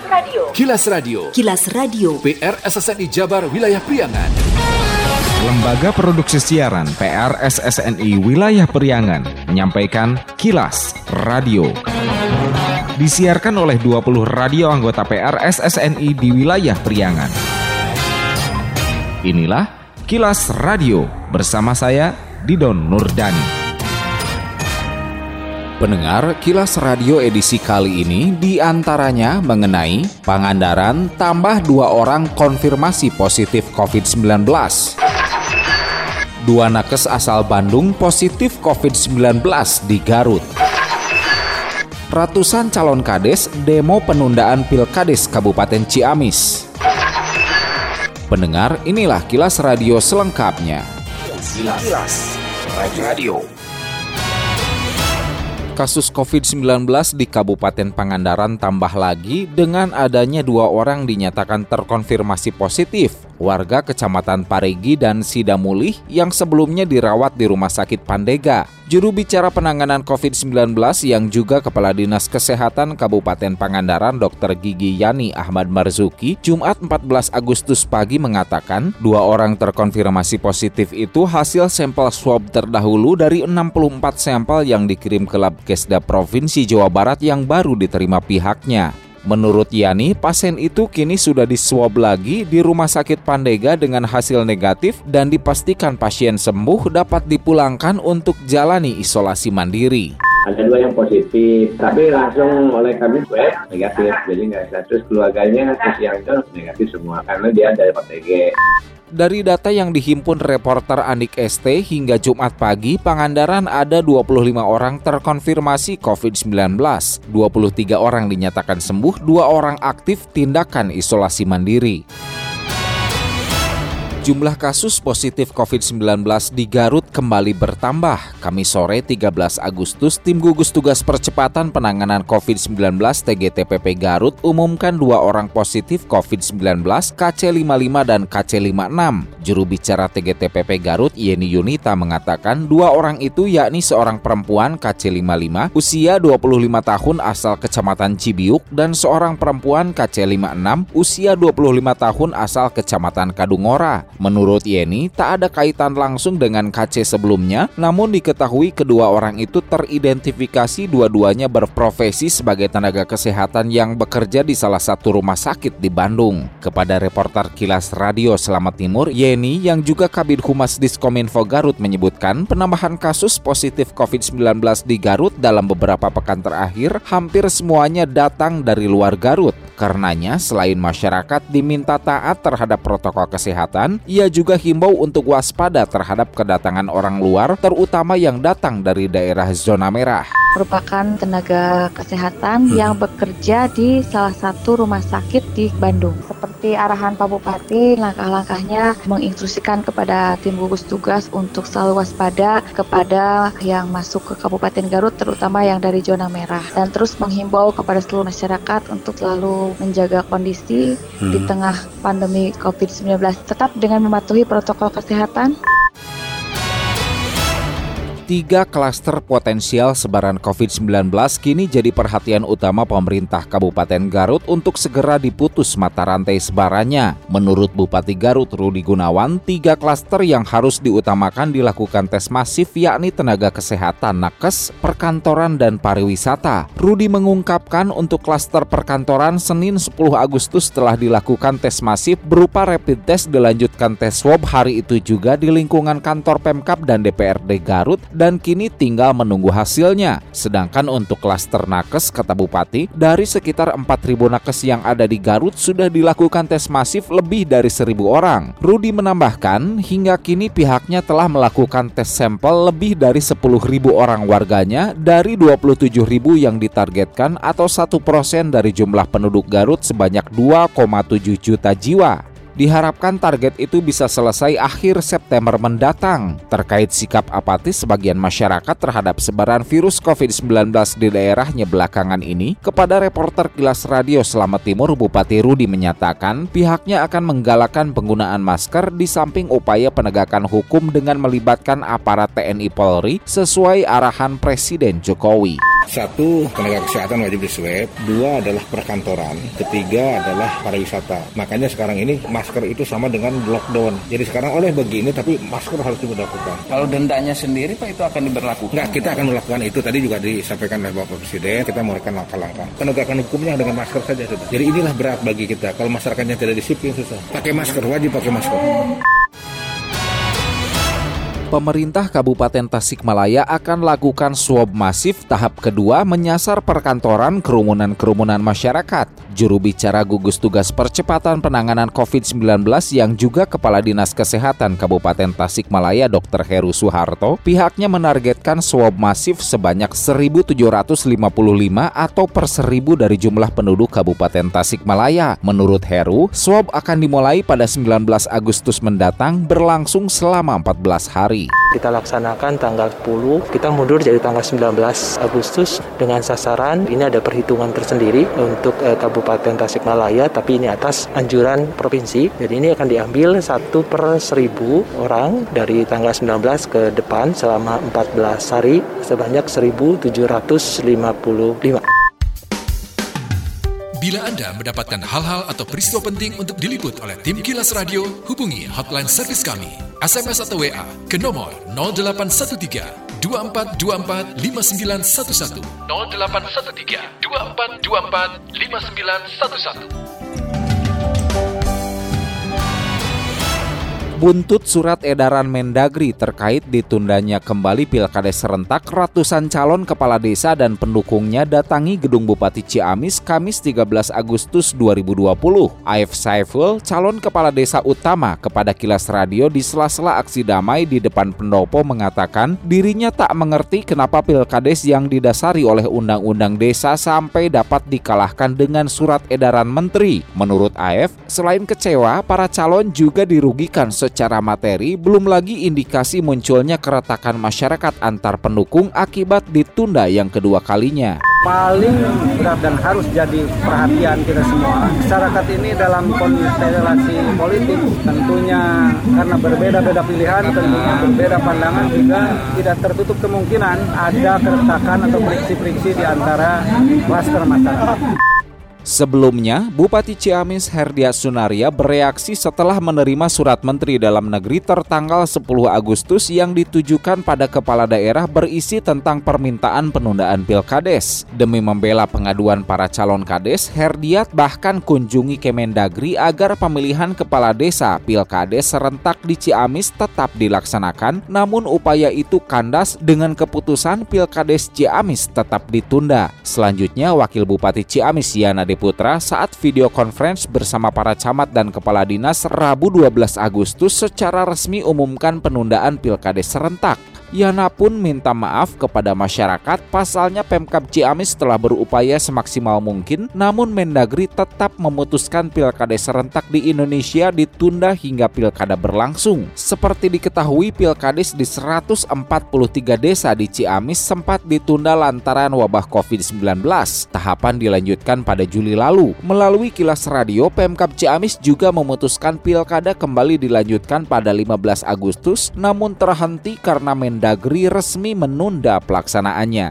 Radio. Kilas Radio. Kilas Radio. PR SSNI Jabar Wilayah Priangan. Lembaga Produksi Siaran PR SSNI Wilayah Priangan menyampaikan Kilas Radio. Disiarkan oleh 20 radio anggota PR SSNI di wilayah Priangan. Inilah Kilas Radio bersama saya Didon Nurdani. Pendengar, Kilas Radio edisi kali ini diantaranya mengenai Pangandaran tambah 2 orang konfirmasi positif COVID-19. 2 nakes asal Bandung positif COVID-19 di Garut. Ratusan calon kades demo penundaan Pilkades Kabupaten Ciamis. Pendengar, inilah Kilas Radio selengkapnya. Kilas Radio. Kasus COVID-19 di Kabupaten Pangandaran tambah lagi dengan adanya 2 orang dinyatakan terkonfirmasi positif. Warga Kecamatan Parigi dan Sidamulih yang sebelumnya dirawat di Rumah Sakit Pandega. Juru bicara penanganan COVID-19 yang juga Kepala Dinas Kesehatan Kabupaten Pangandaran Dr. Gigi Yani Ahmad Marzuki Jumat 14 Agustus pagi mengatakan 2 orang terkonfirmasi positif itu hasil sampel swab terdahulu dari 64 sampel yang dikirim ke Labkesda Provinsi Jawa Barat yang baru diterima pihaknya. Menurut Yani, pasien itu kini sudah diswab lagi di Rumah Sakit Pandega dengan hasil negatif dan dipastikan pasien sembuh dapat dipulangkan untuk jalani isolasi mandiri. Ada 2 yang positif, tapi langsung oleh kami swab negatif, jadi nggak bisa. Terus keluarganya terus yang itu negatif semua karena dia dari PTG. Dari data yang dihimpun reporter Andik ST hingga Jumat pagi, Pangandaran ada 25 orang terkonfirmasi COVID-19. 23 orang dinyatakan sembuh, 2 orang aktif tindakan isolasi mandiri. Jumlah kasus positif COVID-19 di Garut kembali bertambah. Kamis sore 13 Agustus, Tim Gugus Tugas Percepatan Penanganan COVID-19 TGTPP Garut umumkan 2 orang positif COVID-19 KC55 dan KC56. Juru bicara TGTPP Garut Yeni Yunita mengatakan 2 orang itu yakni seorang perempuan KC55 usia 25 tahun asal Kecamatan Cibiuk dan seorang perempuan KC56 usia 25 tahun asal Kecamatan Kadungora. Menurut Yeni, tak ada kaitan langsung dengan KC sebelumnya, namun diketahui kedua orang itu teridentifikasi dua-duanya berprofesi sebagai tenaga kesehatan yang bekerja di salah satu rumah sakit di Bandung. Kepada reporter Kilas Radio Selamat Timur, Yeni yang juga Kabid Humas Diskominfo Garut menyebutkan penambahan kasus positif COVID-19 di Garut dalam beberapa pekan terakhir hampir semuanya datang dari luar Garut. Karenanya, selain masyarakat diminta taat terhadap protokol kesehatan, ia juga himbau untuk waspada terhadap kedatangan orang luar, terutama yang datang dari daerah zona merah. Merupakan tenaga kesehatan yang bekerja di salah satu rumah sakit di Bandung. Seperti arahan Pak Bupati, langkah-langkahnya menginstruksikan kepada tim gugus tugas untuk selalu waspada kepada yang masuk ke Kabupaten Garut, terutama yang dari zona merah. Dan terus menghimbau kepada seluruh masyarakat untuk selalu menjaga kondisi di tengah pandemi COVID-19. Tetap dengan mematuhi protokol kesehatan. 3 klaster potensial sebaran COVID-19 kini jadi perhatian utama pemerintah Kabupaten Garut untuk segera diputus mata rantai sebarannya. Menurut Bupati Garut Rudi Gunawan, 3 klaster yang harus diutamakan dilakukan tes masif yakni tenaga kesehatan, nakes, perkantoran, dan pariwisata. Rudi mengungkapkan untuk klaster perkantoran Senin 10 Agustus telah dilakukan tes masif berupa rapid test dilanjutkan tes swab hari itu juga di lingkungan kantor Pemkab dan DPRD Garut dan kini tinggal menunggu hasilnya. Sedangkan untuk klaster nakes, kata Bupati, dari sekitar 4.000 nakes yang ada di Garut sudah dilakukan tes masif lebih dari 1.000 orang. Rudi menambahkan, hingga kini pihaknya telah melakukan tes sampel lebih dari 10.000 orang warganya dari 27.000 yang ditargetkan atau 1% dari jumlah penduduk Garut sebanyak 2,7 juta jiwa. Diharapkan target itu bisa selesai akhir September mendatang. Terkait sikap apatis sebagian masyarakat terhadap sebaran virus COVID-19 di daerahnya belakangan ini, kepada reporter Kilas Radio Selamat Timur, Bupati Rudi menyatakan pihaknya akan menggalakkan penggunaan masker di samping upaya penegakan hukum dengan melibatkan aparat TNI Polri sesuai arahan Presiden Jokowi. 1, tenaga kesehatan wajib diswab. 2 adalah perkantoran. 3 adalah pariwisata. Makanya sekarang ini masker itu sama dengan lockdown. Jadi sekarang oleh begini tapi masker harus diberlakukan. Kalau dendanya sendiri Pak itu akan diberlakukan? Enggak, kita akan melakukan itu. Tadi juga disampaikan oleh Bapak Presiden, kita melakukan langkah-langkah. Penegakan hukumnya dengan masker saja sudah. Jadi inilah berat bagi kita. Kalau masyarakatnya tidak disiplin susah. Pakai masker, wajib pakai masker. Pemerintah Kabupaten Tasikmalaya akan lakukan swab masif tahap kedua menyasar perkantoran kerumunan masyarakat. Juru bicara gugus tugas percepatan penanganan COVID-19 yang juga Kepala Dinas Kesehatan Kabupaten Tasikmalaya Dr. Heru Suharto, pihaknya menargetkan swab masif sebanyak 1.755 atau per 1.000 dari jumlah penduduk Kabupaten Tasikmalaya. Menurut Heru, swab akan dimulai pada 19 Agustus mendatang berlangsung selama 14 hari. Kita laksanakan tanggal 10, kita mundur jadi tanggal 19 Agustus dengan sasaran, ini ada perhitungan tersendiri untuk Kabupaten Tasikmalaya, tapi ini atas anjuran provinsi. Jadi ini akan diambil 1 per 1.000 orang dari tanggal 19 ke depan selama 14 hari sebanyak 1.755. Bila Anda mendapatkan hal-hal atau peristiwa penting untuk diliput oleh tim Kilas Radio, hubungi hotline servis kami, SMS atau WA ke nomor 0813 2424 5911 0813 2424 5911. Buntut surat edaran Mendagri terkait ditundanya kembali Pilkada serentak, ratusan calon kepala desa dan pendukungnya datangi gedung Bupati Ciamis Kamis 13 Agustus 2020. Aif Saiful, calon kepala desa utama, kepada Kilas Radio di sela-sela aksi damai di depan pendopo mengatakan dirinya tak mengerti kenapa Pilkades yang didasari oleh Undang-Undang Desa sampai dapat dikalahkan dengan surat edaran menteri. Menurut Aif, selain kecewa, para calon juga dirugikan secara materi, belum lagi indikasi munculnya keretakan masyarakat antar pendukung akibat ditunda yang kedua kalinya. Paling berat dan harus jadi perhatian kita semua. Masyarakat ini dalam konstelasi politik tentunya karena berbeda-beda pilihan, tentunya berbeda pandangan, juga tidak tertutup kemungkinan ada keretakan atau friksi-friksi di antara klaster masyarakat. Sebelumnya, Bupati Ciamis Herdiat Sunaria bereaksi setelah menerima surat Menteri Dalam Negeri tertanggal 10 Agustus yang ditujukan pada kepala daerah berisi tentang permintaan penundaan Pilkades. Demi membela pengaduan para calon kades, Herdiat bahkan kunjungi Kemendagri agar pemilihan kepala desa Pilkades serentak di Ciamis tetap dilaksanakan, namun upaya itu kandas dengan keputusan Pilkades Ciamis tetap ditunda. Selanjutnya, Wakil Bupati Ciamis Yana Putra saat video conference bersama para camat dan kepala dinas Rabu 12 Agustus secara resmi umumkan penundaan Pilkades serentak. Yana pun minta maaf kepada masyarakat, pasalnya Pemkab Ciamis telah berupaya semaksimal mungkin, namun Mendagri tetap memutuskan Pilkades serentak di Indonesia ditunda hingga Pilkada berlangsung. Seperti diketahui, Pilkades di 143 desa di Ciamis sempat ditunda lantaran wabah COVID-19. Tahapan dilanjutkan pada Juli lalu. Melalui Kilas Radio, Pemkab Ciamis juga memutuskan Pilkada kembali dilanjutkan pada 15 Agustus, namun terhenti karena Mendagri resmi menunda pelaksanaannya.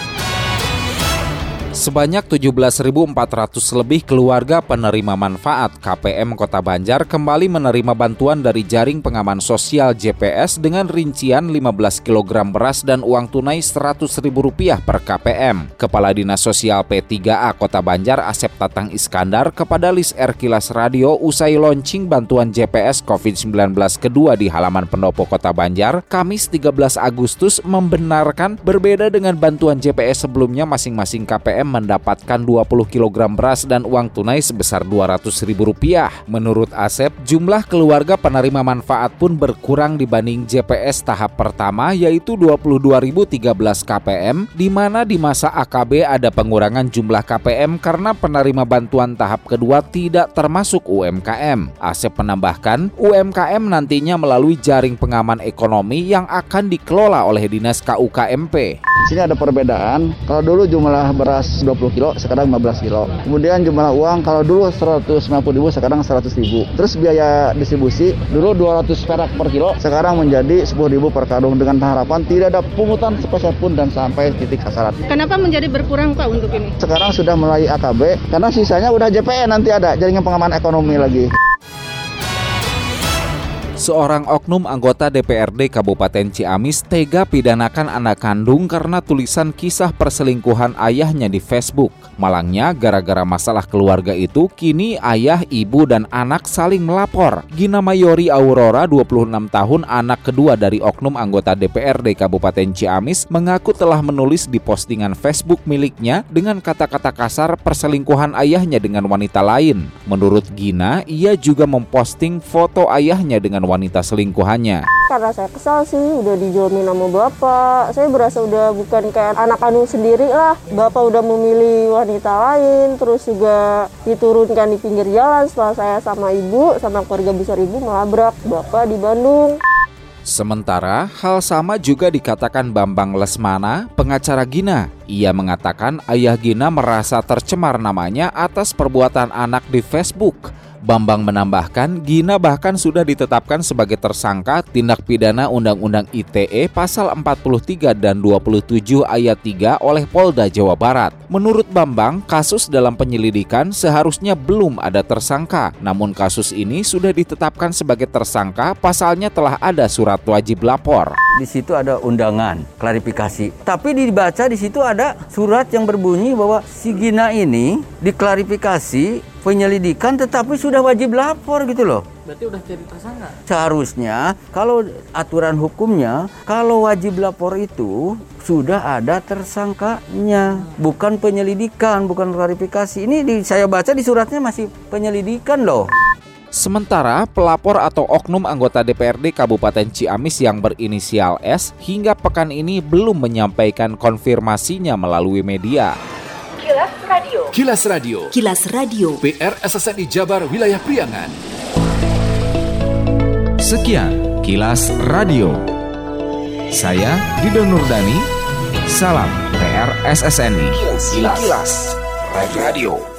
Sebanyak 17.400 lebih keluarga penerima manfaat KPM Kota Banjar kembali menerima bantuan dari Jaring Pengaman Sosial JPS dengan rincian 15 kg beras dan uang tunai Rp100.000 per KPM. Kepala Dinas Sosial P3A Kota Banjar Asep Tatang Iskandar kepada Lis R Kilas Radio usai launching bantuan JPS COVID-19 kedua di halaman pendopo Kota Banjar, Kamis 13 Agustus membenarkan berbeda dengan bantuan JPS sebelumnya, masing-masing KPM mendapatkan 20 kg beras dan uang tunai sebesar Rp200.000. Menurut Asep, jumlah keluarga penerima manfaat pun berkurang dibanding JPS tahap pertama, yaitu 22.013 KPM, di mana di masa AKB ada pengurangan jumlah KPM karena penerima bantuan tahap kedua tidak termasuk UMKM. Asep menambahkan, UMKM nantinya melalui jaring pengaman ekonomi yang akan dikelola oleh Dinas KUKMP. Sini ada perbedaan. Kalau dulu jumlah beras 20 kilo, sekarang 15 kilo. Kemudian jumlah uang kalau dulu 150.000, sekarang 100.000. Terus biaya distribusi dulu 200 perak per kilo, sekarang menjadi 10.000 per karung dengan harapan tidak ada pungutan sepeser pun dan sampai titik sasaran. Kenapa menjadi berkurang Pak untuk ini? Sekarang sudah mulai AKB karena sisanya udah JPN, nanti ada jaringan pengaman ekonomi lagi. Seorang oknum anggota DPRD Kabupaten Ciamis tega pidanakan anak kandung karena tulisan kisah perselingkuhan ayahnya di Facebook. Malangnya, gara-gara masalah keluarga itu, kini ayah, ibu, dan anak saling melapor. Gina Mayori Aurora, 26 tahun, anak kedua dari oknum anggota DPRD Kabupaten Ciamis, mengaku telah menulis di postingan Facebook miliknya dengan kata-kata kasar perselingkuhan ayahnya dengan wanita lain. Menurut Gina, ia juga memposting foto ayahnya dengan wanita selingkuhannya. Karena saya kesal sih, udah dijomin sama bapak. Saya berasa udah bukan kayak anak kandung sendiri lah. Bapak udah memilih wanita lain, terus juga diturunkan di pinggir jalan setelah saya sama ibu, sama keluarga besar ibu melabrak bapak di Bandung. Sementara, hal sama juga dikatakan Bambang Lesmana, pengacara Gina. Ia mengatakan ayah Gina merasa tercemar namanya atas perbuatan anak di Facebook. Bambang menambahkan, Gina bahkan sudah ditetapkan sebagai tersangka tindak pidana Undang-Undang ITE pasal 43 dan 27 ayat 3 oleh Polda Jawa Barat. Menurut Bambang, kasus dalam penyelidikan seharusnya belum ada tersangka. Namun kasus ini sudah ditetapkan sebagai tersangka, pasalnya telah ada surat wajib lapor. Di situ ada undangan, klarifikasi. Tapi dibaca di situ ada surat yang berbunyi bahwa si Gina ini diklarifikasi penyelidikan tetapi sudah wajib lapor gitu loh. Berarti udah jadi tersangka? Seharusnya kalau aturan hukumnya, kalau wajib lapor itu sudah ada tersangkanya, bukan penyelidikan, bukan klarifikasi. Ini saya baca di suratnya masih penyelidikan loh. Sementara pelapor atau oknum anggota DPRD Kabupaten Ciamis yang berinisial S hingga pekan ini belum menyampaikan konfirmasinya melalui media. Kilas Radio. Kilas Radio. Kilas Radio. PR SSNI Jabar Wilayah Priangan. Sekian Kilas Radio. Saya Dido Nurdani. Salam PR SSNI. Kilas Radio.